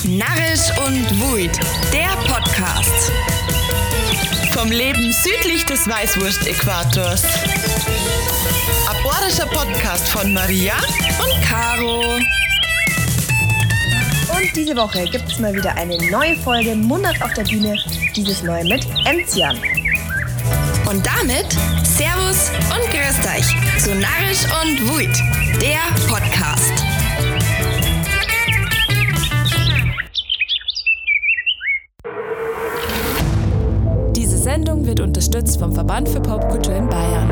Narrisch und Wuid, der Podcast. Vom Leben südlich des Weißwurst-Äquators. Ein bayerischer Podcast von Maria und Caro. Und diese Woche gibt es mal wieder eine neue Folge Mundart auf der Bühne, dieses Mal mit Enzian. Und damit Servus und Grüßt euch zu Narrisch und Wuid, der Podcast. Diese Sendung wird unterstützt vom Verband für Popkultur in Bayern.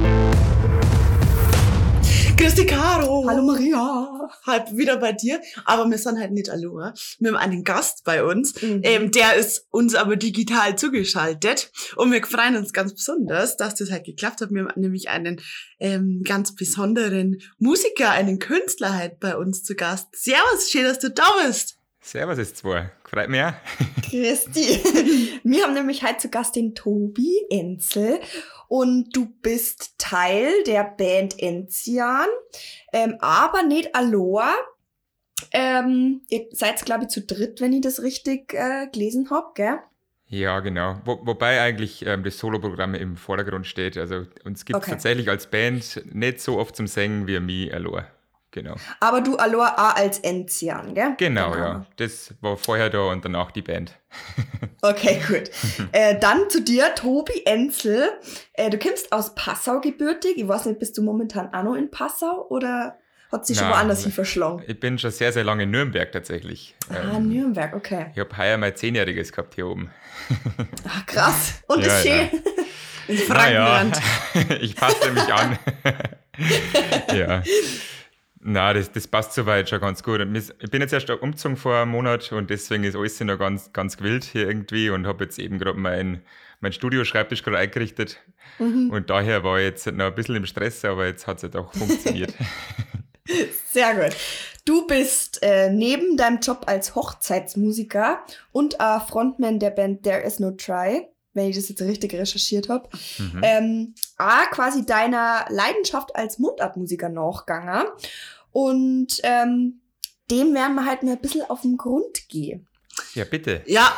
Grüß dich, Caro. Hallo Maria. Halt wieder bei dir, aber wir sind halt nicht allein. Wir haben einen Gast bei uns, der ist uns aber digital zugeschaltet und wir freuen uns ganz besonders, dass das halt geklappt hat. Wir haben nämlich einen ganz besonderen Musiker, einen Künstler halt bei uns zu Gast. Servus, schön, dass du da bist. Servus, ist zwei. Freut mich auch. Grüß dich. Wir haben nämlich heute zu Gast den Tobi Enzel und du bist Teil der Band Enzian, aber nicht Aloha. Ihr seid, glaube ich, zu dritt, wenn ich das richtig gelesen habe, gell? Ja, genau. Wobei eigentlich das Soloprogramm im Vordergrund steht. Also uns gibt es tatsächlich als Band nicht so oft zum Singen wie mich Aloha. Genau. Aber du Aloha auch als Enzian, gell? Genau, ja. Das war vorher da und danach die Band. Okay, gut. Dann zu dir, Tobi Enzel. Du kommst aus Passau gebürtig. Ich weiß nicht, bist du momentan auch noch in Passau oder hat sich schon woanders hin verschlagen? Ich bin schon sehr, sehr lange in Nürnberg tatsächlich. Nürnberg, okay. Ich habe heuer mein 10-Jähriges gehabt hier oben. Ach, krass. Und ja, ist schön. Ja. In Frankenland. Ja. Ich passe mich an. Ja. Na, das passt soweit schon ganz gut. Ich bin jetzt erst umgezogen vor einem Monat und deswegen ist alles noch ganz, ganz wild hier irgendwie und habe jetzt eben gerade mein Studioschreibtisch gerade eingerichtet. Und daher war ich jetzt noch ein bisschen im Stress, aber jetzt hat es halt auch funktioniert. Sehr gut. Du bist neben deinem Job als Hochzeitsmusiker und Frontman der Band There Is No Try, wenn ich das jetzt richtig recherchiert habe, quasi deiner Leidenschaft als Mundartmusiker nachgegangen. Und dem werden wir halt mal ein bisschen auf den Grund gehen. Ja, bitte. Ja.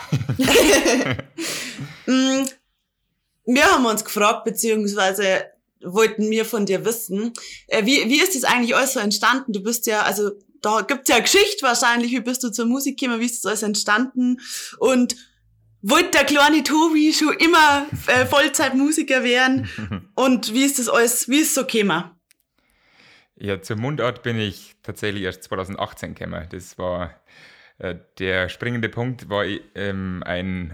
Wir haben uns gefragt, beziehungsweise wollten wir von dir wissen, wie ist das eigentlich alles so entstanden? Du bist ja, also da gibt's ja eine Geschichte wahrscheinlich, wie bist du zur Musik gekommen, wie ist das alles entstanden? Und wollte der kleine Tobi schon immer Vollzeitmusiker werden? Und wie ist das alles, wie ist es so gekommen? Ja, zur Mundart bin ich tatsächlich erst 2018 gekommen. Das war der springende Punkt, war eine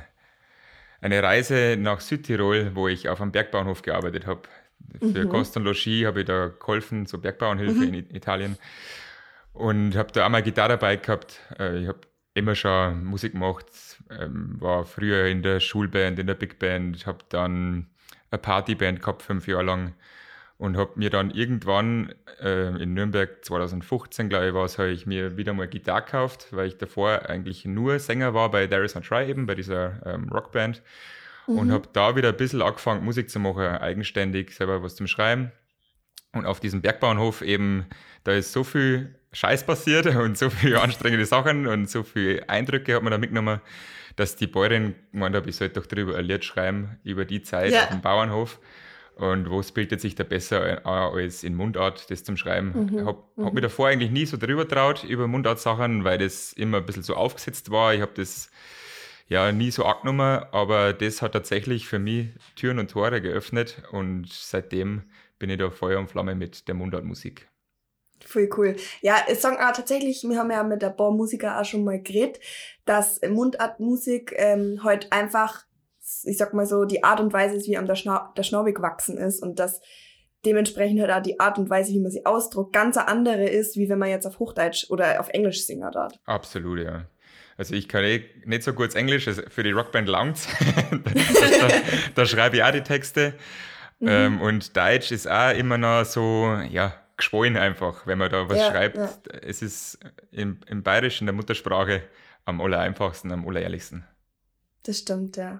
Reise nach Südtirol, wo ich auf einem Bergbauernhof gearbeitet habe. Für Kost und Logis habe ich da geholfen, so Bergbauernhilfe in Italien. Und habe da auch mal Gitarre dabei gehabt. Ich habe immer schon Musik gemacht, war früher in der Schulband, in der Big Band, habe dann eine Partyband gehabt 5 Jahre lang und habe mir dann irgendwann in Nürnberg 2015, glaube ich, habe ich mir wieder mal Gitarre gekauft, weil ich davor eigentlich nur Sänger war bei There Is No Try eben, bei dieser Rockband und habe da wieder ein bisschen angefangen Musik zu machen, eigenständig, selber was zum Schreiben und auf diesem Bergbauernhof eben, da ist so viel Scheiß passiert und so viele anstrengende Sachen und so viele Eindrücke hat man da mitgenommen, dass die Bäuerin gemeint hat, ich sollte doch drüber ein Lied schreiben, über die Zeit auf dem Bauernhof. Und was bildet sich da besser als in Mundart, das zum Schreiben? Hab mich davor eigentlich nie so drüber traut, über Mundart-Sachen, weil das immer ein bisschen so aufgesetzt war. Ich habe das ja nie so angenommen, aber das hat tatsächlich für mich Türen und Tore geöffnet und seitdem bin ich da Feuer und Flamme mit der Mundart-Musik. Voll cool. Ja, ich sage auch tatsächlich, wir haben ja mit ein paar Musikern auch schon mal geredet, dass Mundartmusik halt einfach, ich sag mal so, die Art und Weise ist, wie einem der Schnabel gewachsen ist und dass dementsprechend halt auch die Art und Weise, wie man sie ausdruckt, ganz eine andere ist, wie wenn man jetzt auf Hochdeutsch oder auf Englisch singen darf. Absolut, ja. Also ich kann nicht so gut Englisch, also für die Rockband langt's. da schreibe ich auch die Texte. Und Deutsch ist auch immer noch so, ja, geschwollen einfach, wenn man da was schreibt. Ja. Es ist im Bayerischen, in der Muttersprache, am allereinfachsten, am allerehrlichsten. Das stimmt, ja.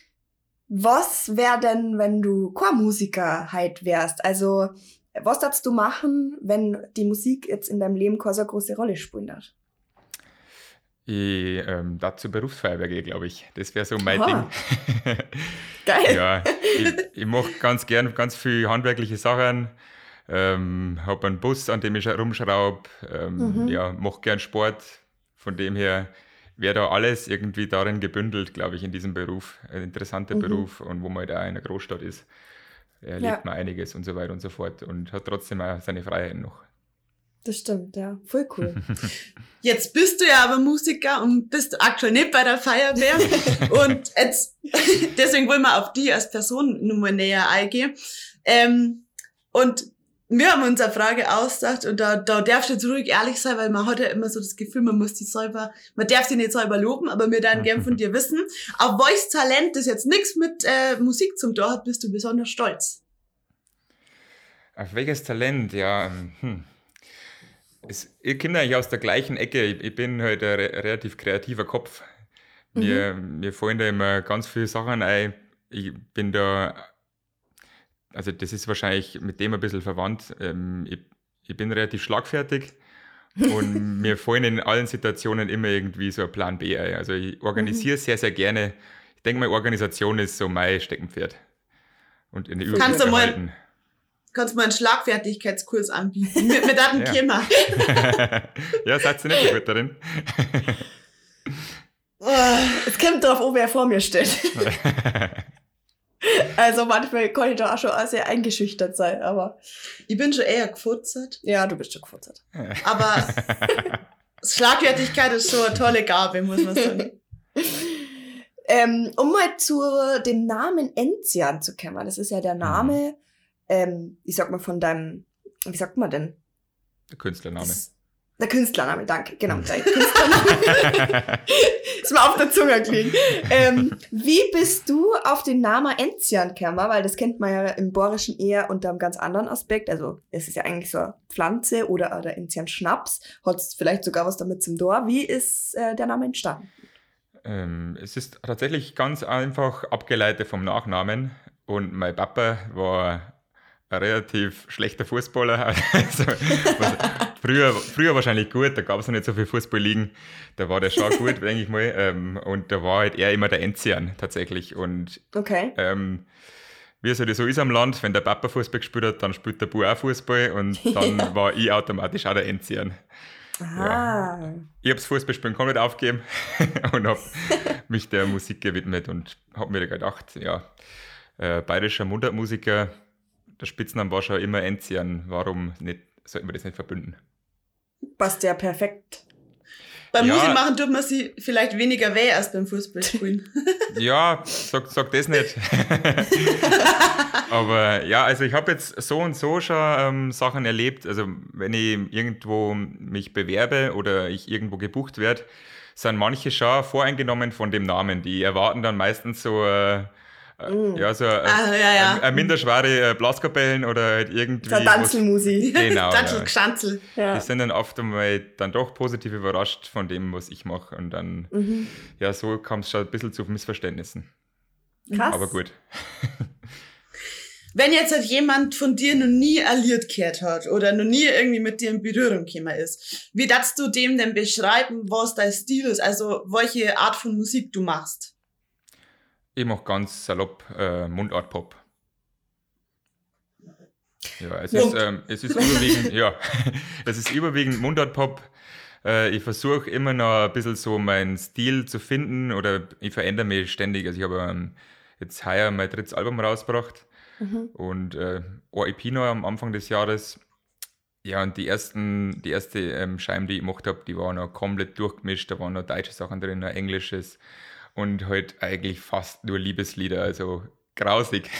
Was wäre denn, wenn du Chormusiker halt wärst? Also, was darfst du machen, wenn die Musik jetzt in deinem Leben keine so große Rolle spielen darf? Dazu Berufsfeuerwehr gehe, glaube ich. Das wäre so mein Aha. Ding. Geil. Ja, ich mache ganz gern ganz viel handwerkliche Sachen. Habe einen Bus, an dem ich rumschraube. Ja, mache gern Sport. Von dem her wäre da alles irgendwie darin gebündelt, glaube ich, in diesem Beruf. Ein interessanter Beruf und wo man da in einer Großstadt ist, erlebt man einiges und so weiter und so fort und hat trotzdem auch seine Freiheiten noch. Das stimmt, ja. Voll cool. Jetzt bist du ja aber Musiker und bist aktuell nicht bei der Feuerwehr. Und jetzt, deswegen wollen wir auf die als Person nochmal näher eingehen. Und wir haben uns eine Frage ausgedacht und da darfst du jetzt ruhig ehrlich sein, weil man hat ja immer so das Gefühl, man darf sie nicht selber loben, aber wir dann gern von dir wissen, auf welches Talent, das jetzt nichts mit Musik zum tun hat, bist du besonders stolz? Auf welches Talent? Ja, ich komme eigentlich aus der gleichen Ecke. Ich bin halt ein relativ kreativer Kopf. Mir fallen da immer ganz viele Sachen ein. Ich bin da, also das ist wahrscheinlich mit dem ein bisschen verwandt. Ich bin relativ schlagfertig und mir fallen in allen Situationen immer irgendwie so ein Plan B ein. Also ich organisiere sehr, sehr gerne. Ich denke mal, Organisation ist so mein Steckenpferd. Und in der Kannst du mal einen Schlagfertigkeitskurs anbieten? Mit einem Thema. Ja, seid ihr nicht so gut darin? Es kommt drauf an, wer vor mir steht. Also manchmal kann ich da auch schon sehr eingeschüchtert sein, aber... Ich bin schon eher gefutzert. Ja, du bist schon gefutzert. Aber Schlagfertigkeit ist schon eine tolle Gabe, muss man sagen. Um mal zu dem Namen Enzian zu kommen, das ist ja der Name, ich sag mal von deinem, wie sagt man denn? Der Künstlername. Der Künstlername, danke, genau, der Künstlername. Ist mir auf der Zunge gelegen. Wie bist du auf den Namen Enzian gekommen? Weil das kennt man ja im Bayerischen eher unter einem ganz anderen Aspekt. Also es ist ja eigentlich so eine Pflanze oder der Enzian Schnaps. Hat vielleicht sogar was damit zum Tor. Wie ist der Name entstanden? Es ist tatsächlich ganz einfach abgeleitet vom Nachnamen. Und mein Papa war ein relativ schlechter Fußballer. Also, früher wahrscheinlich gut, da gab es noch nicht so viel Fußballligen. Da war der schon gut, denke ich mal. Und da war halt er immer der Enzian tatsächlich. Und Okay. wie es halt so ist am Land, wenn der Papa Fußball gespielt hat, dann spielt der Bub auch Fußball und dann war ich automatisch auch der Enzian. Ja. Ich habe das Fußballspielen komplett aufgegeben und habe mich der Musik gewidmet und habe mir gedacht, ja, bayerischer Mundartmusiker, der Spitzname war schon immer Enzian, warum sollten wir das nicht verbünden? Passt ja perfekt. Beim Musik machen tut man sie vielleicht weniger weh als beim Fußballspielen. Ja, sag das nicht. Aber ja, also ich habe jetzt so und so schon Sachen erlebt. Also wenn ich irgendwo mich bewerbe oder ich irgendwo gebucht werde, sind manche schon voreingenommen von dem Namen. Die erwarten dann meistens so eine minderschwere Blaskapellen oder halt irgendwie... So Tanzelmusik. Genau. Tanzelgeschanzel. Ja. Die sind dann oft einmal dann doch positiv überrascht von dem, was ich mache. Und dann, so kam es schon ein bisschen zu Missverständnissen. Krass. Aber gut. Wenn jetzt halt jemand von dir noch nie ein Lied gehört hat oder noch nie irgendwie mit dir in Berührung gekommen ist, wie darfst du dem denn beschreiben, was dein Stil ist, also welche Art von Musik du machst? Ich mache ganz salopp Mundart-Pop. Ja, es ist überwiegend, es ist überwiegend Mundart-Pop. Ich versuche immer noch ein bisschen so meinen Stil zu finden oder ich verändere mich ständig. Also ich habe jetzt heuer mein drittes Album rausgebracht und ein EP noch am Anfang des Jahres. Ja, und die erste Scheiben, die ich gemacht habe, die waren noch komplett durchgemischt. Da waren noch deutsche Sachen drin, noch englisches. Und halt eigentlich fast nur Liebeslieder, also grausig.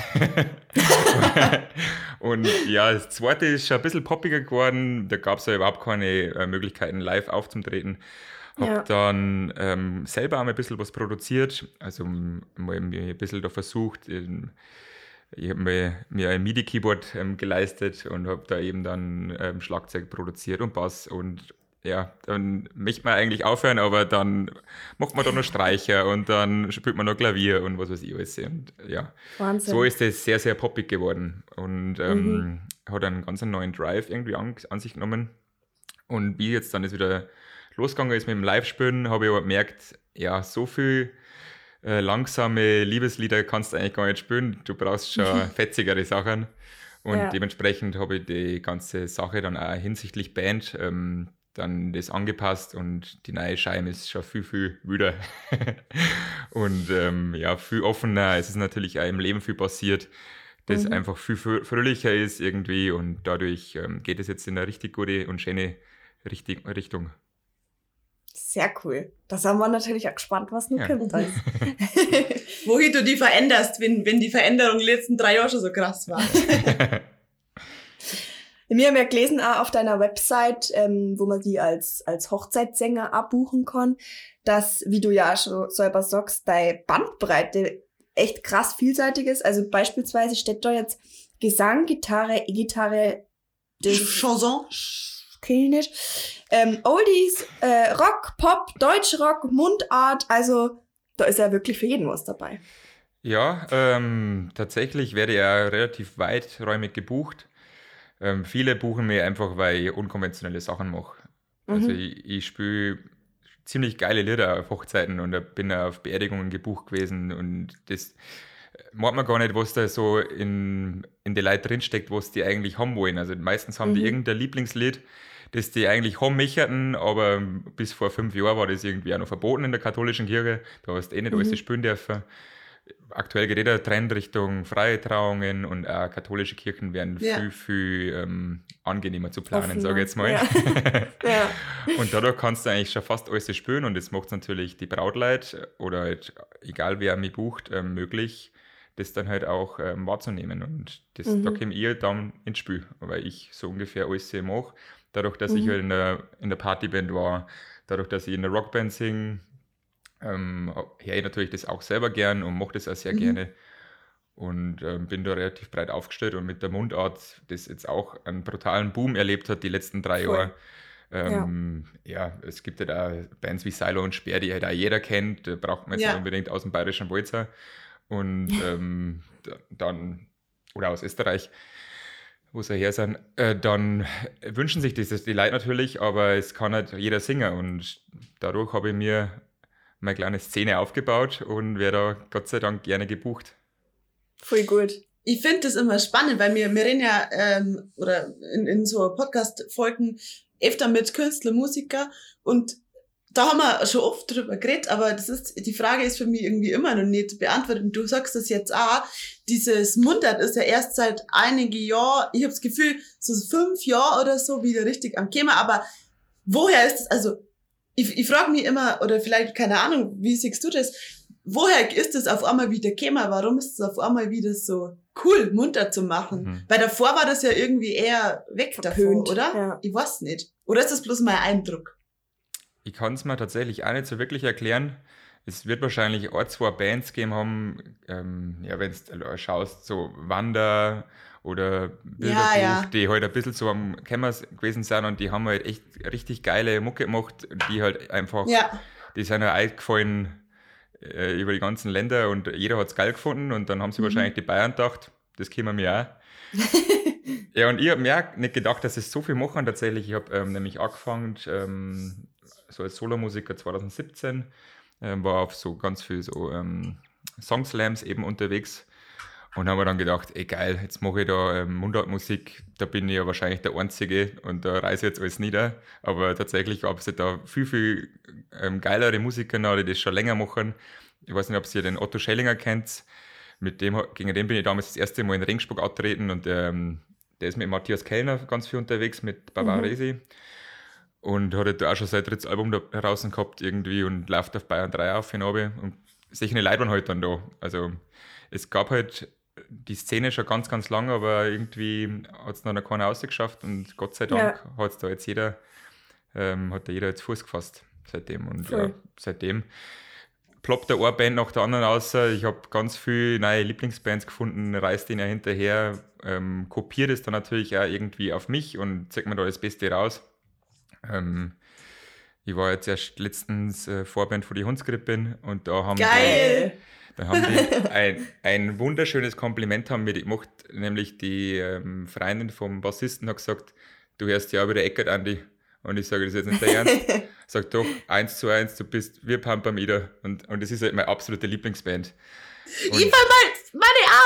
Und ja, das zweite ist schon ein bisschen poppiger geworden. Da gab es ja überhaupt keine Möglichkeiten, live aufzutreten. Habe dann selber auch mal ein bisschen was produziert, also mal mir ein bisschen da versucht. Ich habe mir ein MIDI-Keyboard geleistet und habe da eben dann Schlagzeug produziert und Bass und ja, dann möchte man eigentlich aufhören, aber dann macht man da noch Streicher und dann spielt man noch Klavier und was weiß ich alles. Und ja, Wahnsinn. So ist es sehr, sehr poppig geworden und hat einen ganz neuen Drive irgendwie an sich genommen. Und wie ich jetzt dann das wieder losgegangen ist mit dem Live-Spielen, habe ich aber gemerkt, ja, so viel langsame Liebeslieder kannst du eigentlich gar nicht spielen. Du brauchst schon fetzigere Sachen. Und dementsprechend habe ich die ganze Sache dann auch hinsichtlich Band dann das angepasst und die neue Scheibe ist schon viel, viel wilder. Und viel offener. Es ist natürlich auch im Leben viel passiert, das einfach viel fröhlicher ist irgendwie und dadurch geht es jetzt in eine richtig gute und schöne Richtung. Sehr cool. Da sind wir natürlich auch gespannt, was noch kommt. Wohin du die veränderst, wenn die Veränderung die letzten 3 Jahre schon so krass war. Wir haben ja gelesen auch auf deiner Website, wo man die als Hochzeitssänger abbuchen kann, dass, wie du ja schon selber sagst, deine Bandbreite echt krass vielseitig ist. Also beispielsweise steht da jetzt Gesang, Gitarre, E-Gitarre, Chanson, kenn ich nicht. Oldies, Rock, Pop, Deutschrock, Mundart, also da ist ja wirklich für jeden was dabei. Ja, tatsächlich werde ich ja relativ weiträumig gebucht. Viele buchen mir einfach, weil ich unkonventionelle Sachen mache. Also ich spiele ziemlich geile Lieder auf Hochzeiten und bin auf Beerdigungen gebucht gewesen und das merkt man gar nicht, was da so in die Leute drinsteckt, was die eigentlich haben wollen. Also meistens haben die irgendein Lieblingslied, das die eigentlich haben möchten, aber bis vor 5 Jahren war das irgendwie auch noch verboten in der katholischen Kirche. Da hast du nicht alles spielen dürfen. Aktuell geht der Trend Richtung freie Trauungen und auch katholische Kirchen werden viel angenehmer zu planen, sage ich jetzt mal. Ja. Und dadurch kannst du eigentlich schon fast alles spielen und das macht es natürlich die Brautleute oder halt, egal wer mich bucht, möglich, das dann halt auch wahrzunehmen. Und da komme ich dann ins Spiel, weil ich so ungefähr alles mache. Dadurch, dass ich halt in der Partyband war, dadurch, dass ich in der Rockband singe, höre ich natürlich das auch selber gern und mache das auch sehr gerne und bin da relativ breit aufgestellt und mit der Mundart, das jetzt auch einen brutalen Boom erlebt hat die letzten 3 Jahre. Es gibt ja da Bands wie Silo und Speer, die halt auch jeder kennt, da braucht man jetzt nicht unbedingt aus dem bayerischen Walzer und dann, oder aus Österreich, wo sie her sind, dann wünschen sich das die Leute natürlich, aber es kann halt jeder singen und dadurch habe ich mir meine kleine Szene aufgebaut und werde da Gott sei Dank gerne gebucht. Voll gut. Ich finde das immer spannend, weil wir reden ja oder in so Podcast-Folgen öfter mit Künstler, Musiker und da haben wir schon oft drüber geredet, aber die Frage ist für mich irgendwie immer noch nicht beantwortet. Und du sagst das jetzt auch, dieses Mundart ist ja erst seit einigen Jahren, ich habe das Gefühl, so 5 Jahre oder so wieder richtig am Thema, aber woher ist das, also ich frage mich immer, oder vielleicht, keine Ahnung, wie siehst du das, woher ist das auf einmal wieder gekommen? Warum ist es auf einmal wieder so cool, munter zu machen? Weil davor war das ja irgendwie eher weg davon, oder? Ja. Ich weiß nicht. Oder ist das bloß mein Eindruck? Ich kann es mir tatsächlich auch nicht so wirklich erklären. Es wird wahrscheinlich 2 Bands geben haben, wenn du schaust, so Wander oder Bilderbuch, die halt ein bisschen so am Kämmers gewesen sind und die haben halt echt richtig geile Mucke gemacht, die halt einfach, die sind ja eingefallen über die ganzen Länder und jeder hat es geil gefunden und dann haben sie wahrscheinlich die Bayern gedacht, das können wir auch. Ja, und ich habe mir auch nicht gedacht, dass es so viel machen tatsächlich. Ich habe nämlich angefangen, so als Solomusiker 2017, war auf so ganz viel so Songslams eben unterwegs und haben wir dann gedacht, ey geil, jetzt mache ich da Mundartmusik, da bin ich ja wahrscheinlich der Einzige und da reiße ich jetzt alles nieder, aber tatsächlich gab es da viel, viel geilere Musiker noch, die das schon länger machen. Ich weiß nicht, ob ihr den Otto Schellinger kennt, gegen den bin ich damals das erste Mal in Regensburg auftreten und der ist mit Matthias Kellner ganz viel unterwegs, mit Bavaresi. Und hat halt da auch schon sein 3. Album da heraus gehabt irgendwie und läuft auf Bayern 3 auf hin und solche Leute waren halt dann da. Also es gab halt die Szene schon ganz, ganz lang, aber irgendwie hat es noch keiner rausgeschafft und Gott sei Dank hat da jetzt jeder jetzt Fuß gefasst seitdem. Und seitdem ploppt der eine Band nach der anderen raus. Ich habe ganz viele neue Lieblingsbands gefunden, reiß denen ja hinterher, kopiere das dann natürlich auch irgendwie auf mich und zeig mir da das Beste raus. Ich war jetzt erst letztens Vorband von die Hundskrippen und da haben die ein wunderschönes Kompliment haben mir gemacht, nämlich die Freundin vom Bassisten hat gesagt, du hörst ja wieder Eckert, Andi. Und ich sage, das ist jetzt nicht der Ernst. Sag doch, 1:1, du bist wie Pam Ida. Und das ist halt meine absolute Lieblingsband. Und Ich war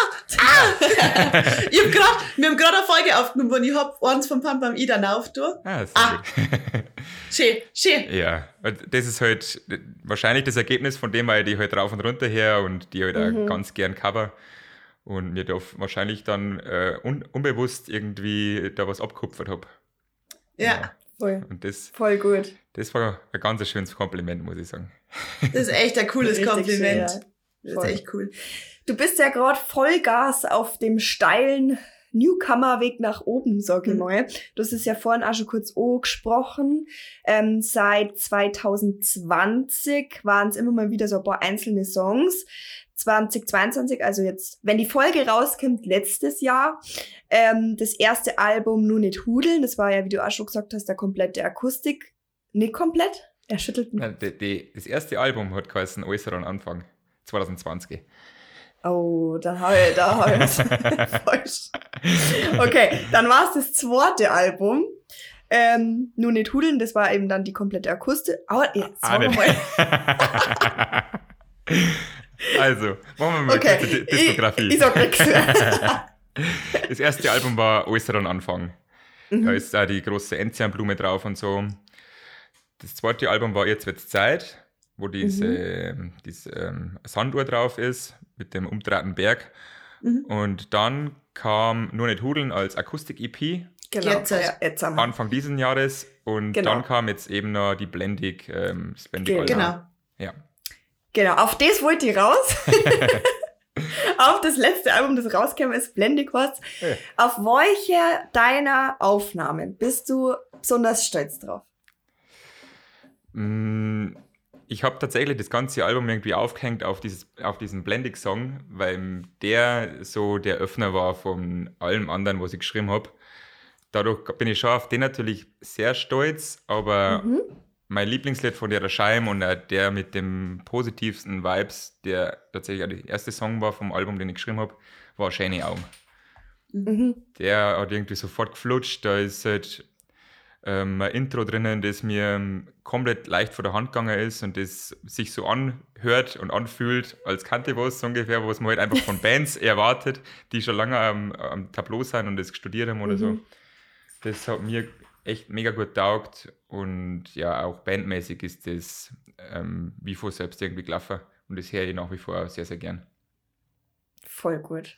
meine wir haben gerade eine Folge aufgenommen, wo ich hab eins von Pam Pam Ida aufgetan. sehr gut. Schön. Ja, und das ist halt wahrscheinlich das Ergebnis von dem, weil die halt rauf und runter her und die halt auch ganz gern cover. Und mir da wahrscheinlich dann unbewusst irgendwie da was abgekupfert habe. Ja, Voll. Und das Voll gut. war ein ganz schönes Kompliment, muss ich sagen. das ist echt ein cooles Richtig Kompliment. schön, ja. Das Voll. ist echt cool. Du bist ja gerade Vollgas auf dem steilen Newcomer-Weg nach oben, sag ich mal. Du hast es ja vorhin auch schon kurz angesprochen. Seit 2020 waren es immer mal wieder so ein paar einzelne Songs. 2022, also jetzt, wenn die Folge rauskommt, letztes Jahr, das erste Album Nur nicht hudeln, das war ja, wie du auch schon gesagt hast, der komplette Akustik. Nicht komplett? Er schüttelt den Kopf. Das erste Album hat geheißen Äußeren Anfang, 2020. Oh, da hab ich falsch. Okay, dann war es das zweite Album. Nur nicht hudeln, das war eben dann die komplette Akustik. Aber jetzt sagen wir mal. Also, machen wir mal Okay, kurz die Diskografie. ich sag nichts. Das erste Album war Äußeren Anfang. Da ist da die große Enzianblume drauf und so. Das zweite Album war Jetzt wird's Zeit, wo diese Sanduhr drauf ist, mit dem umdrehten Berg. Und dann kam Nur nicht hudeln als Akustik-EP Genau, Jetzt, ja, jetzt haben wir. Anfang diesen Jahres. Und Genau. dann kam jetzt eben noch die Blendig, das Blendig-Album. Genau. Ja. Genau, auf das wollte ich raus. Auf das letzte Album, das rauskam, ist Blendig was. Ja. Auf welche deiner Aufnahmen bist du besonders stolz drauf? Ich habe tatsächlich das ganze Album irgendwie aufgehängt auf diesen Blendig-Song, weil der so der Öffner war von allem anderen, was ich geschrieben habe. Dadurch bin ich schon auf den natürlich sehr stolz, aber mein Lieblingslied von der Scheim und der mit dem positivsten Vibes, der tatsächlich auch der erste Song war vom Album, den ich geschrieben habe, war Schöne Augen. Der hat irgendwie sofort geflutscht, da ist halt ein Intro drinnen, das mir komplett leicht von der Hand gegangen ist und das sich so anhört und anfühlt, als kannte was so ungefähr, was man halt einfach von Bands erwartet, die schon lange am Tableau sind und das studiert haben oder so. Das hat mir echt mega gut taugt und ja, auch bandmäßig ist das wie vor selbst irgendwie gelaufen und das höre ich nach wie vor sehr, sehr gern. Voll gut.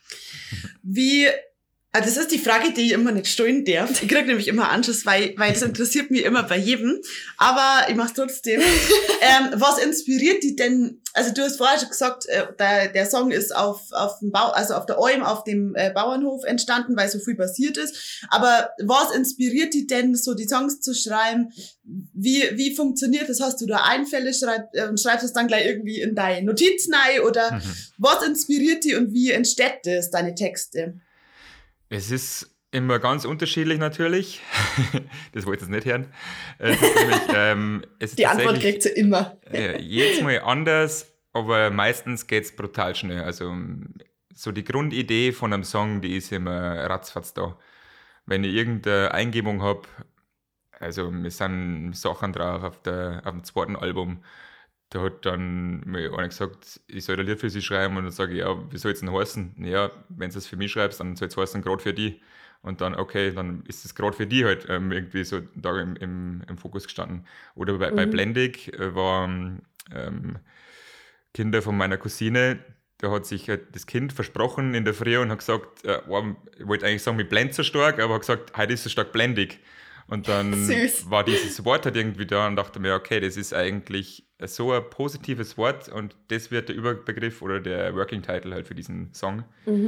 Das ist die Frage, die ich immer nicht stellen darf. Ich kriege nämlich immer Anschiss, weil das interessiert mich immer bei jedem. Aber ich mache es trotzdem. Was inspiriert die denn? Also du hast vorher schon gesagt, der Song ist auf dem auf der Alm, auf dem Bauernhof entstanden, weil so viel passiert ist. Aber was inspiriert die denn, so die Songs zu schreiben? Wie funktioniert das? Hast du da Einfälle, schreibst es dann gleich irgendwie in deine Notizen rein? Oder was inspiriert die und wie entsteht das, deine Texte? Es ist immer ganz unterschiedlich natürlich. Das wollte ich jetzt nicht hören. Es ist nämlich, es ist Die Antwort kriegt sie immer. jedes Mal anders, aber meistens geht es brutal schnell. Also so die Grundidee von einem Song, die ist immer ratzfatz da. Wenn ich irgendeine Eingebung habe, also wir sind Sachen drauf auf dem zweiten Album, da hat dann mir einer gesagt, ich soll ein Lied für sie schreiben und dann sage ich, ja, wie soll es denn heißen? Ja, wenn du es für mich schreibst, dann soll es heißen, gerade für die. Und dann, okay, dann ist es gerade für die halt irgendwie so da im Fokus gestanden. Oder bei Blendig waren Kinder von meiner Cousine, da hat sich halt das Kind versprochen in der Früh und hat gesagt, ich wollte eigentlich sagen, mit blend so stark, aber hat gesagt, heute ist so stark blendig. Und dann Süß. war dieses Wort halt irgendwie da und dachte mir, okay, das ist eigentlich so ein positives Wort und das wird der Überbegriff oder der Working Title halt für diesen Song.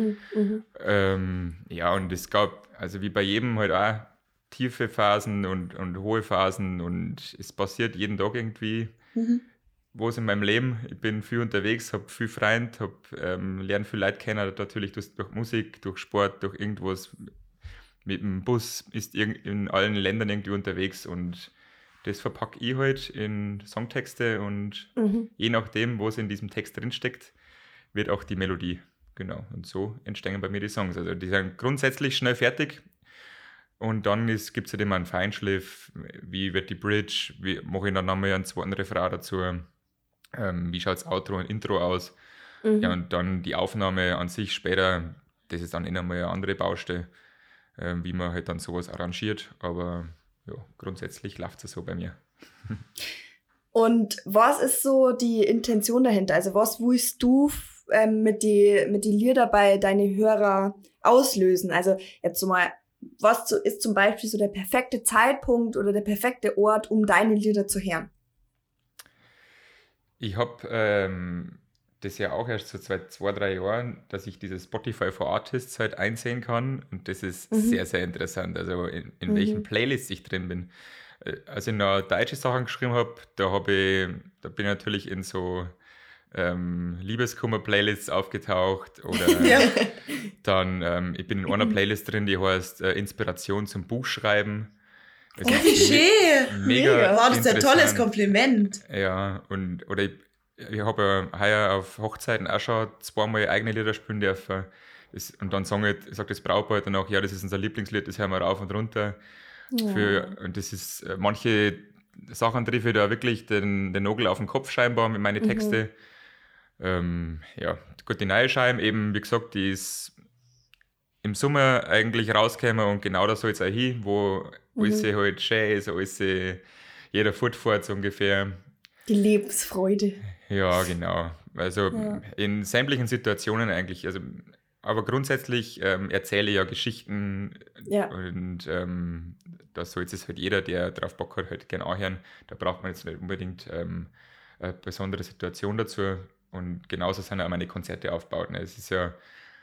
Ja, und es gab, also wie bei jedem halt auch tiefe Phasen und hohe Phasen und es passiert jeden Tag irgendwie was in meinem Leben. Ich bin viel unterwegs, habe viel Freunde, lerne viel Leute kennen, natürlich durch Musik, durch Sport, durch irgendwas. Mit dem Bus ist in allen Ländern irgendwie unterwegs und das verpacke ich halt in Songtexte und je nachdem, was in diesem Text drinsteckt, wird auch die Melodie. Genau, und so entstehen bei mir die Songs. Also die sind grundsätzlich schnell fertig, Und dann gibt es halt immer einen Feinschliff, wie wird die Bridge, wie mache ich dann nochmal einen zweiten Refrain dazu, wie schaut das Outro und Intro aus. Ja, und dann die Aufnahme an sich später, das ist dann immer mal eine andere Baustelle, wie man halt dann sowas arrangiert. Aber ja, grundsätzlich läuft es so bei mir. Und was ist so die Intention dahinter? Also was willst du mit die Lieder bei deinen Hörer auslösen? Also jetzt so mal, was ist zum Beispiel so der perfekte Zeitpunkt oder der perfekte Ort, um deine Lieder zu hören? Ich habe das ja auch erst so seit 2-3 Jahren, dass ich dieses Spotify for Artists halt einsehen kann. Und das ist sehr, sehr interessant. Also in welchen Playlists ich drin bin. Als ich noch deutsche Sachen geschrieben habe, da bin ich natürlich in so Liebeskummer-Playlists aufgetaucht. Oder dann, ich bin in einer Playlist drin, die heißt Inspiration zum Buchschreiben. Das Oh, wie schön! Mega Wow, das ist ein tolles interessant. Kompliment. Ja, oder ich habe ja heuer auf Hochzeiten auch schon 2-mal eigene Lieder spielen dürfen. Und dann sagt das Brautpaar danach, ja, das ist unser Lieblingslied, das hören wir rauf und runter. Und das ist, manche Sachen treffe ich da wirklich den Nagel auf den Kopf scheinbar mit meinen Texten. Ja, gut, die neue Scheibe eben, wie gesagt, die ist im Sommer eigentlich rausgekommen und genau da soll es auch hin, wo alles halt schön ist, alles jeder fortfährt so ungefähr. Die Lebensfreude. Ja, genau. Also in sämtlichen Situationen eigentlich. Also, aber grundsätzlich erzähle ich ja Geschichten und da soll es halt jeder, der drauf Bock hat, halt gerne anhören. Da braucht man jetzt nicht unbedingt eine besondere Situation dazu. Und genauso sind auch meine Konzerte aufgebaut. Ne? Es ist ja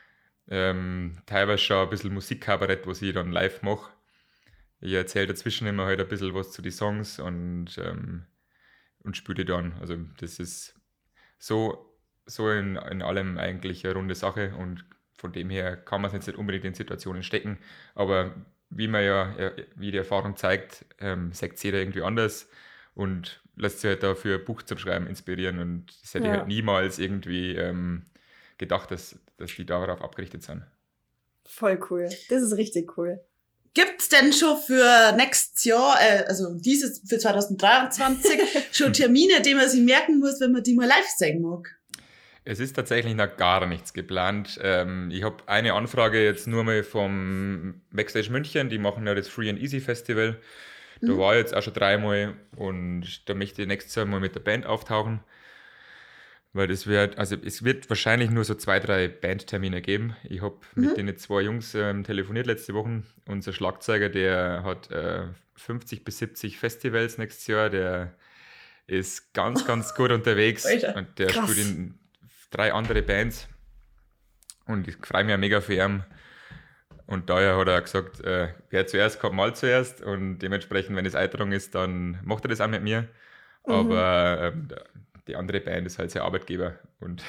teilweise schon ein bisschen Musikkabarett, was ich dann live mache. Ich erzähle dazwischen immer halt ein bisschen was zu den Songs und spiele die dann. Also das ist so in allem eigentlich eine runde Sache und von dem her kann man es jetzt nicht unbedingt in Situationen stecken, aber wie die Erfahrung zeigt, sagt jeder irgendwie anders und lässt sich halt dafür ein Buch zum Schreiben inspirieren und das hätte ich halt niemals irgendwie gedacht, dass die darauf abgerichtet sind. Voll cool. Das ist richtig cool. Gibt's denn schon für nächstes Jahr, also für 2023, schon Termine, die man sich merken muss, wenn man die mal live sehen mag? Es ist tatsächlich noch gar nichts geplant. Ich habe eine Anfrage jetzt nur mal vom Backstage München, die machen ja das Free and Easy Festival. Da war ich jetzt auch schon 3-mal und da möchte ich nächstes Jahr mal mit der Band auftauchen. Weil es wird wahrscheinlich nur so 2-3 Bandtermine geben. Ich habe mit den 2 Jungs telefoniert letzte Woche. Unser Schlagzeuger, der hat 50 bis 70 Festivals nächstes Jahr. Der ist ganz, ganz gut unterwegs. Alter, und der krass. spielt in 3 andere Bands. Und ich freue mich ja mega für ihn. Und daher hat er gesagt, wer zuerst kommt, mal zuerst. Und dementsprechend, wenn es eingetragen ist, dann macht er das auch mit mir. Aber die andere Band ist halt sein Arbeitgeber. Und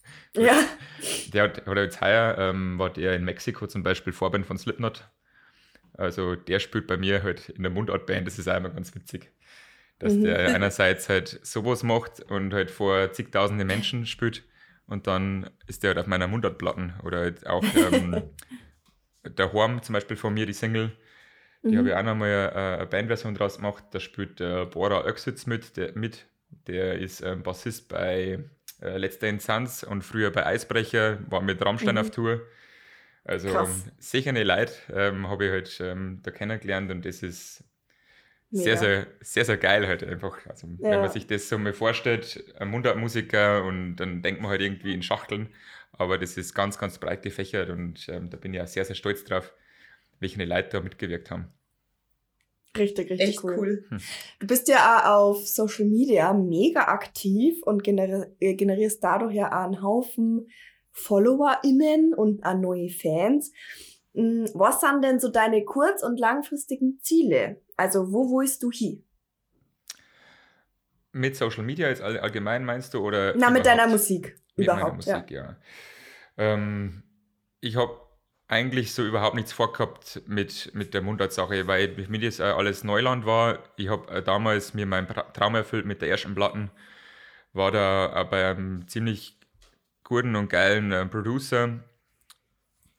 der hat jetzt heuer, war der in Mexiko zum Beispiel Vorband von Slipknot. Also der spielt bei mir halt in der Mundartband, das ist auch immer ganz witzig. Dass der einerseits halt sowas macht und halt vor zigtausende Menschen spielt und dann ist der halt auf meiner Mundartplatten. Oder halt auch der Horm zum Beispiel von mir, die Single, die habe ich auch nochmal eine Bandversion draus gemacht. Da spielt der Bora Öxitz mit. Der ist Bassist bei Let's Dance Sons und früher bei Eisbrecher, war mit Rammstein auf Tour. Also sicher eine Leute habe ich halt da kennengelernt und das ist sehr, sehr, sehr, sehr geil halt einfach. Also wenn man sich das so mal vorstellt, ein Mundartmusiker und dann denkt man halt irgendwie in Schachteln, aber das ist ganz, ganz breit gefächert und da bin ich auch sehr, sehr stolz drauf, welche Leute da mitgewirkt haben. Richtig Echt cool. Du bist ja auch auf Social Media mega aktiv und generierst dadurch ja auch einen Haufen FollowerInnen und auch neue Fans. Was sind denn so deine kurz- und langfristigen Ziele? Also wo willst du hin? Mit Social Media jetzt allgemein meinst du? Oder mit deiner Musik. Mit Überhaupt, meiner Musik, ja. Ich habe eigentlich so überhaupt nichts vorgehabt mit der Mundart-Sache, weil für mich das alles Neuland war. Ich habe damals mir meinen Traum erfüllt mit der ersten Platten. War da bei einem ziemlich guten und geilen Producer.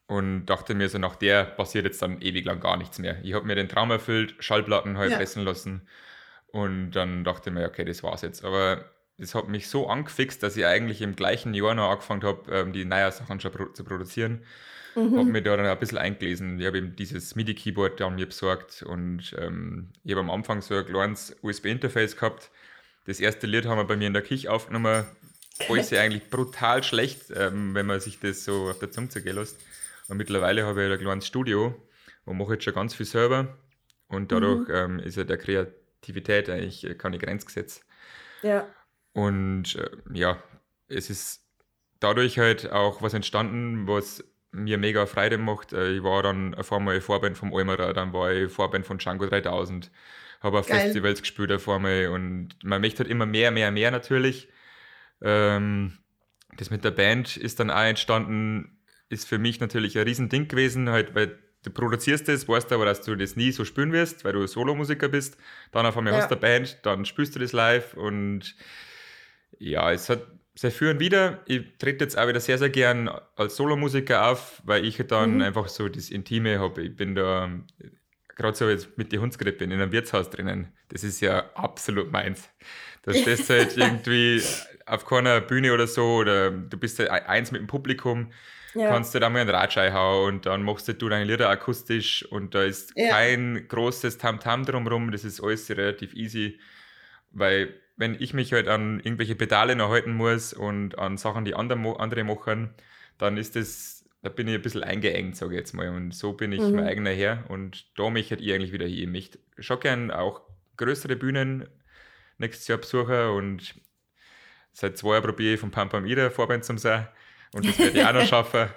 und dachte mir so, nach der passiert jetzt dann ewig lang gar nichts mehr. Ich habe mir den Traum erfüllt, Schallplatten halt pressen lassen und dann dachte ich mir, okay, das war's jetzt. Aber das hat mich so angefixt, dass ich eigentlich im gleichen Jahr noch angefangen habe, die neuen Sachen schon zu produzieren. Habe mir da dann ein bisschen eingelesen. Ich habe eben dieses MIDI-Keyboard da mir besorgt und ich habe am Anfang so ein kleines USB-Interface gehabt. Das erste Lied haben wir bei mir in der Küche aufgenommen. Alles ja eigentlich brutal schlecht, wenn man sich das so auf der Zunge zergehen lässt. Und mittlerweile habe ich ein kleines Studio und mache jetzt schon ganz viel selber. Und dadurch ist ja der Kreativität eigentlich keine Grenze gesetzt. Ja. Und es ist dadurch halt auch was entstanden, was mir mega Freude macht. Ich war dann auf einmal Vorband vom Almerer, dann war ich Vorband von Django 3000, habe auf Festivals gespielt auf einmal und man möchte halt immer mehr natürlich. Das mit der Band ist dann auch entstanden, ist für mich natürlich ein Riesending gewesen, halt, weil du produzierst das, weißt aber, dass du das nie so spielen wirst, weil du Solomusiker bist, dann auf einmal hast du eine Band, dann spielst du das live und ja, es hat sehr für und wieder. Ich trete jetzt auch wieder sehr, sehr gern als Solomusiker auf, weil ich dann einfach so das Intime habe. Ich bin da gerade so jetzt mit die Hundskrippe in einem Wirtshaus drinnen. Das ist ja absolut meins. Da stehst du halt irgendwie auf keiner Bühne oder so oder du bist halt eins mit dem Publikum, kannst du da mal einen Ratschei hauen und dann machst du deine Lieder akustisch und da ist kein großes Tamtam drumherum. Das ist alles relativ easy, weil wenn ich mich halt an irgendwelche Pedale noch halten muss und an Sachen, die andere machen, dann ist das, da bin ich ein bisschen eingeengt, sage ich jetzt mal. Und so bin ich mein eigener Herr und da möchte ich eigentlich wieder hin. Ich möchte schon gern auch größere Bühnen nächstes Jahr besuchen und seit 2 Jahren probiere ich von Pam Pam Ida Vorband zum sein. Und das werde ich auch noch schaffen.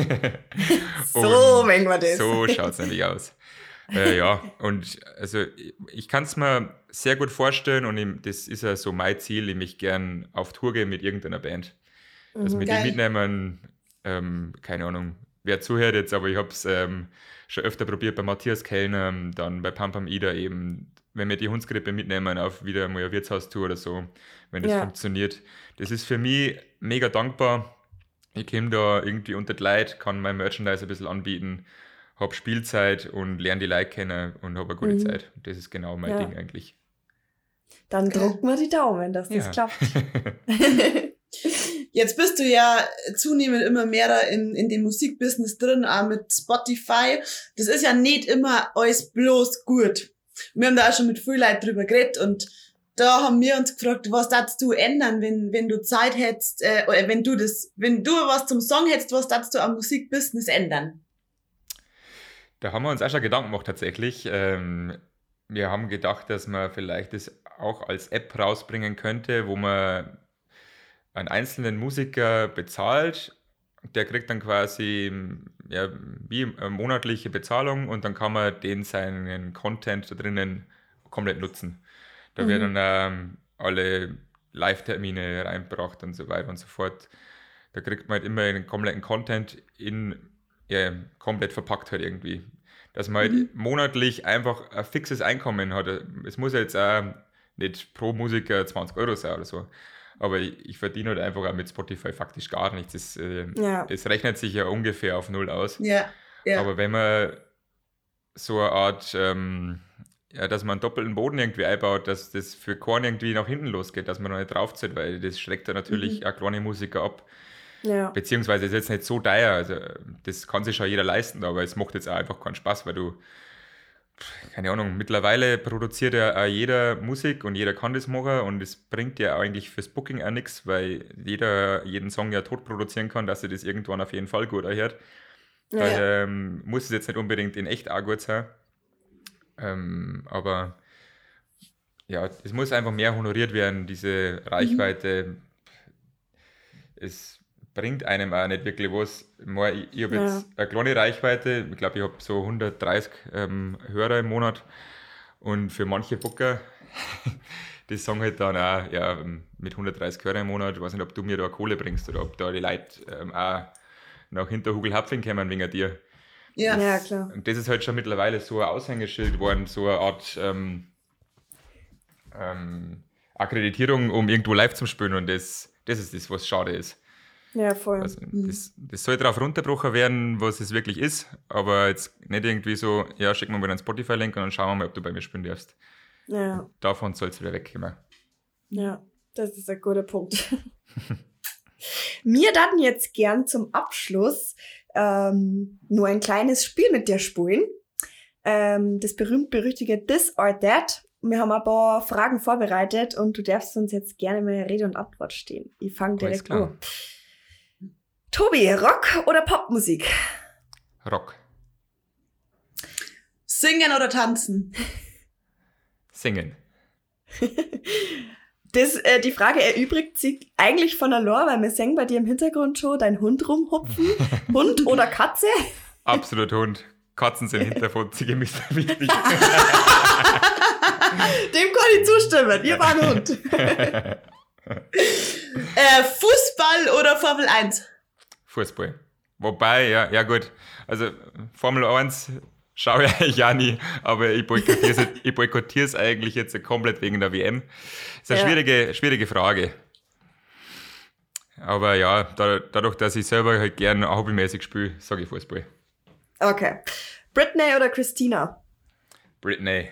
So mengen wir das. So schaut es nämlich aus. Und also ich kann es mir sehr gut vorstellen und das ist ja so mein Ziel, ich möchte gern auf Tour gehen mit irgendeiner Band. Dass wir die mitnehmen, keine Ahnung, wer zuhört jetzt, aber ich habe es schon öfter probiert bei Matthias Kellner, dann bei Pam Pam Ida eben, wenn wir die Hundskrippe mitnehmen auf wieder mal eine Wirtshaustour oder so, wenn das funktioniert. Das ist für mich mega dankbar. Ich komme da irgendwie unter die Leute, kann mein Merchandise ein bisschen anbieten, habe Spielzeit und lerne die Leute kennen und habe eine gute Zeit. Das ist genau mein Ding eigentlich. Dann drücken wir die Daumen, dass das klappt. Jetzt bist du ja zunehmend immer mehr in dem Musikbusiness drin, auch mit Spotify. Das ist ja nicht immer alles bloß gut. Wir haben da auch schon mit vielen Leuten drüber geredet und da haben wir uns gefragt, was darfst du ändern, wenn du Zeit hättest, oder wenn du was zum Song hättest, was darfst du am Musikbusiness ändern? Da haben wir uns auch schon Gedanken gemacht tatsächlich. Wir haben gedacht, dass man vielleicht das auch als App rausbringen könnte, wo man einen einzelnen Musiker bezahlt. Der kriegt dann quasi wie eine monatliche Bezahlung und dann kann man seinen Content da drinnen komplett nutzen. Da werden dann alle Live-Termine reingebracht und so weiter und so fort. Da kriegt man halt immer einen kompletten Content komplett verpackt halt irgendwie. Dass man halt monatlich einfach ein fixes Einkommen hat. Es muss ja jetzt auch nicht pro Musiker 20 € sein oder so. Aber ich verdiene halt einfach auch mit Spotify faktisch gar nichts. Es rechnet sich ja ungefähr auf 0 aus. Ja. Aber wenn man so eine Art, dass man einen doppelten Boden irgendwie einbaut, dass das für keinen irgendwie nach hinten losgeht, dass man noch nicht draufzieht, weil das schreckt ja natürlich auch kleine Musiker ab. Ja. Beziehungsweise ist jetzt nicht so teuer, also das kann sich schon jeder leisten, aber es macht jetzt auch einfach keinen Spaß, weil du, keine Ahnung, mittlerweile produziert ja auch jeder Musik und jeder kann das machen und es bringt ja eigentlich fürs Booking auch nichts, weil jeder jeden Song ja tot produzieren kann, dass er das irgendwann auf jeden Fall gut erhört. Daher muss es jetzt nicht unbedingt in echt auch gut sein. Aber ja, es muss einfach mehr honoriert werden, diese Reichweite. Es bringt einem auch nicht wirklich was. Ich habe jetzt eine kleine Reichweite, ich glaube, ich habe so 130 Hörer im Monat und für manche Booker, die sagen halt dann auch mit 130 Hörer im Monat, ich weiß nicht, ob du mir da Kohle bringst oder ob da die Leute auch nach Hinterhugel-Hapfing kommen wegen dir. Ja, klar. Und das ist halt schon mittlerweile so ein Aushängeschild geworden, so eine Art Akkreditierung, um irgendwo live zu spielen und das ist das, was schade ist. Ja, voll. Also das soll drauf runterbrochen werden, was es wirklich ist, aber jetzt nicht irgendwie so, ja, schick mir mal einen Spotify-Link und dann schauen wir mal, ob du bei mir spielen darfst. Ja, Davon soll es wieder wegkommen. ja, das ist ein guter Punkt. Wir dann jetzt gern zum Abschluss nur ein kleines Spiel mit dir spielen. Das berühmt-berüchtigte This or That. Wir haben ein paar Fragen vorbereitet und du darfst uns jetzt gerne mal Rede und Antwort stehen. Ich fange direkt an. Tobi, Rock oder Popmusik? Rock. Singen oder tanzen? Singen. Die Frage erübrigt sich eigentlich von der Lore, weil wir singen bei dir im Hintergrund schon dein Hund rumhupfen. Hund oder Katze? Absolut Hund. Katzen sind hinterfotzige Mr. Wichtig. Dem kann ich zustimmen. Ihr war ein Hund. Fußball oder Formel 1? Fußball. Wobei, ja gut, also Formel 1 schaue ich eigentlich auch nie, aber ich boykottiere es eigentlich jetzt komplett wegen der WM. Das ist eine schwierige Frage. Aber ja, dadurch, dass ich selber halt gern hobbymäßig spiele, sage ich Fußball. Okay. Britney oder Christina? Britney.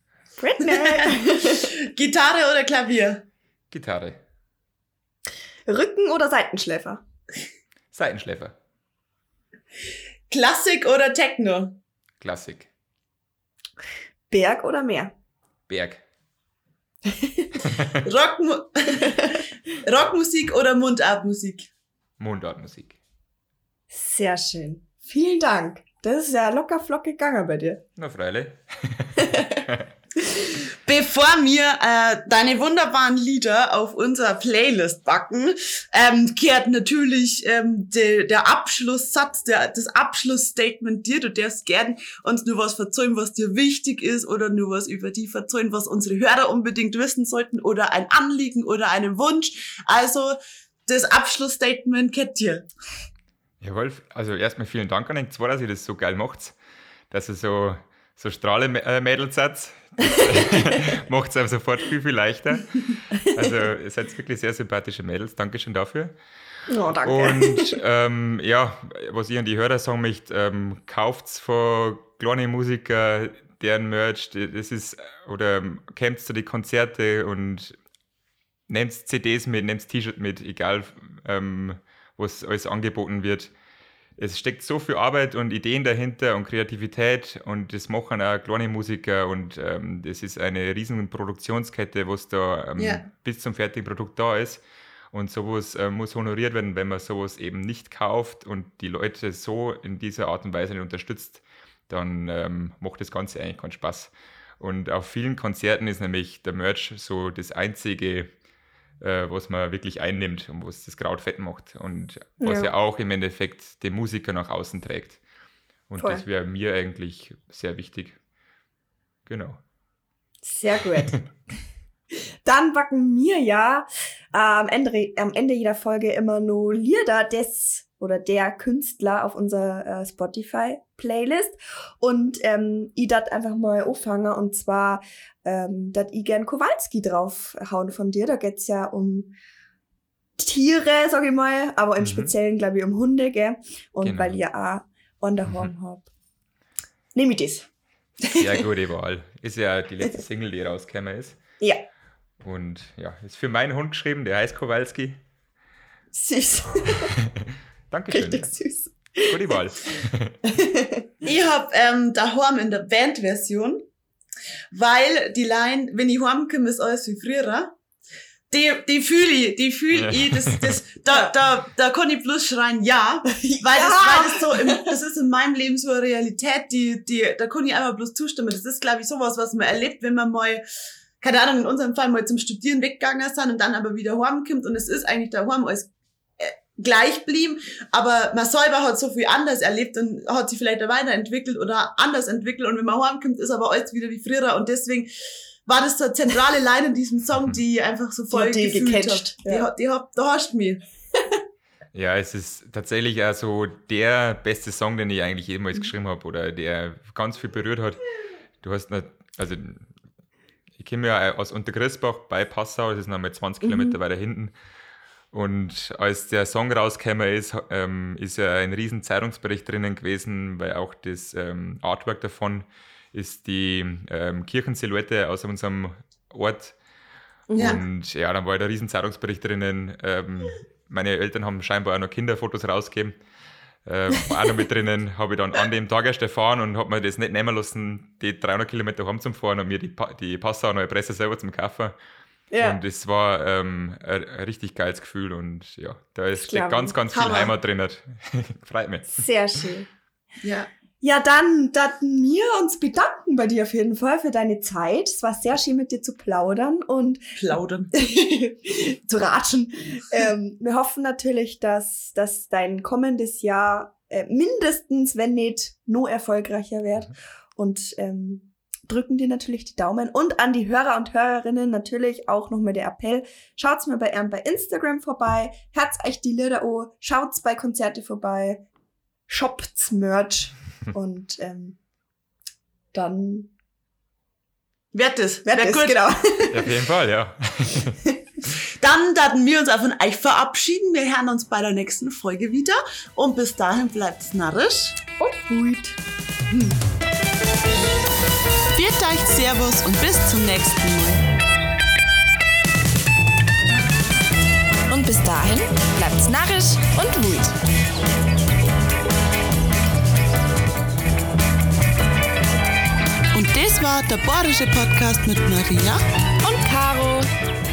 Gitarre oder Klavier? Gitarre. Rücken- oder Seitenschläfer? Seitenschläfer. Klassik oder Techno? Klassik. Berg oder Meer? Berg. Rockmusik oder Mundartmusik? Mundartmusik. Sehr schön. Vielen Dank. Das ist ja locker flockig gegangen bei dir. Na freilich. Bevor wir deine wunderbaren Lieder auf unserer Playlist packen, kehrt natürlich der Abschlusssatz, das Abschlussstatement dir. Du darfst gern uns nur was erzählen, was dir wichtig ist, oder nur was über die erzählen, was unsere Hörer unbedingt wissen sollten, oder ein Anliegen oder einen Wunsch. Also das Abschlussstatement kehrt dir. Jawohl, also erstmal vielen Dank an euch zwei, dass ihr das so geil macht, dass ihr so Strahle-Mädels seid. Macht es einem sofort viel, viel leichter. Also ihr seid wirklich sehr sympathische Mädels, Dankeschön dafür. Oh, danke. Und was ich an die Hörer sagen möchte, kauft's von kleinen Musikern deren Merch, das ist, oder kommt zu die Konzerte und nehmt CDs mit, nehmt T-Shirt mit, egal was alles angeboten wird. Es steckt so viel Arbeit und Ideen dahinter und Kreativität und das machen auch kleine Musiker und das ist eine riesen Produktionskette, was da bis zum fertigen Produkt da ist. Und sowas muss honoriert werden, wenn man sowas eben nicht kauft und die Leute so in dieser Art und Weise nicht unterstützt, dann macht das Ganze eigentlich keinen Spaß. Und auf vielen Konzerten ist nämlich der Merch so das einzige, was man wirklich einnimmt und was das Kraut fett macht und was ja auch im Endeffekt den Musiker nach außen trägt. Und Voll. das wäre mir eigentlich sehr wichtig. Genau. Sehr gut. Dann backen wir ja am Ende jeder Folge immer nur Lieder des oder der Künstler auf unserer Spotify-Playlist. Und ich dat einfach mal anfangen, und zwar dat ich gern Kowalski draufhauen von dir. Da geht's ja um Tiere, sag ich mal, aber im Speziellen, glaube ich, um Hunde, gell? Und Genau. weil ihr auch on the Horn habt. Nehme ich das. Sehr gute Wahl. Ist ja die letzte Single, die rausgekommen ist. Ja, Und ja, ist für meinen Hund geschrieben, der heißt Kowalski. süß. Dankeschön. Richtig süß. Gute Wahl. Ich hab daheim in der Bandversion, weil die Line, wenn ich heimkomme, ist alles wie früher. Die fühle ich, da kann ich bloß schreien, ja, weil das ist in meinem Leben so eine Realität, da kann ich einfach bloß zustimmen. Das ist, glaube ich, sowas, was man erlebt, wenn man mal, keine Ahnung, in unserem Fall mal zum Studieren weggegangen sind und dann aber wieder heimkommt, und es ist eigentlich daheim alles gleich blieben, aber man selber hat so viel anders erlebt und hat sich vielleicht weiterentwickelt oder anders entwickelt, und wenn man heimkommt, ist aber alles wieder wie früher, und deswegen war das so eine zentrale Line in diesem Song, die ich einfach so voll Die gefühlt gecatcht. habe. Da hast du mich. Ja, es ist tatsächlich auch so der beste Song, den ich eigentlich jemals geschrieben habe oder der ganz viel berührt hat. Du hast nicht, also ich komme ja aus Untergriesbach bei Passau, das ist nochmal 20 Kilometer weiter hinten. Und als der Song rausgekommen ist, ist ja ein riesen Zeitungsbericht drinnen gewesen, weil auch das Artwork davon ist die Kirchensilhouette aus unserem Ort. Ja. Und ja, dann war der riesen Zeitungsbericht drinnen. Meine Eltern haben scheinbar auch noch Kinderfotos rausgegeben. War auch noch mit drinnen. Habe ich dann an dem Tag erst erfahren und habe mir das nicht nehmen lassen, die 300 Kilometer heimzufahren und mir die Passau Neue Presse selber zum kaufen. Ja. Und es war ein richtig geiles Gefühl und ja, da steckt ganz, ganz viel Hammer. Heimat drin. Freut mich. Sehr schön. Ja. Ja, dann wir uns bedanken bei dir auf jeden Fall für deine Zeit. Es war sehr schön, mit dir zu plaudern und Plaudern. zu ratschen. Wir hoffen natürlich, dass dein kommendes Jahr mindestens, wenn nicht, noch erfolgreicher wird. Und drücken dir natürlich die Daumen. Und an die Hörer und Hörerinnen natürlich auch nochmal der Appell. Schaut's mir bei Instagram vorbei. Hört's euch die Lieder an. Schaut's bei Konzerte vorbei. Shoppt's Merch. Und dann Wird es. wird es, gut. genau. Ja, auf jeden Fall, ja. Dann werden wir uns auch von euch verabschieden. Wir hören uns bei der nächsten Folge wieder. Und bis dahin bleibt's narrisch. Und gut. Biert euch, Servus und bis zum nächsten Mal. Und bis dahin bleibt's narrisch und wut. Und das war der Bayerische Podcast mit Maria Und Caro.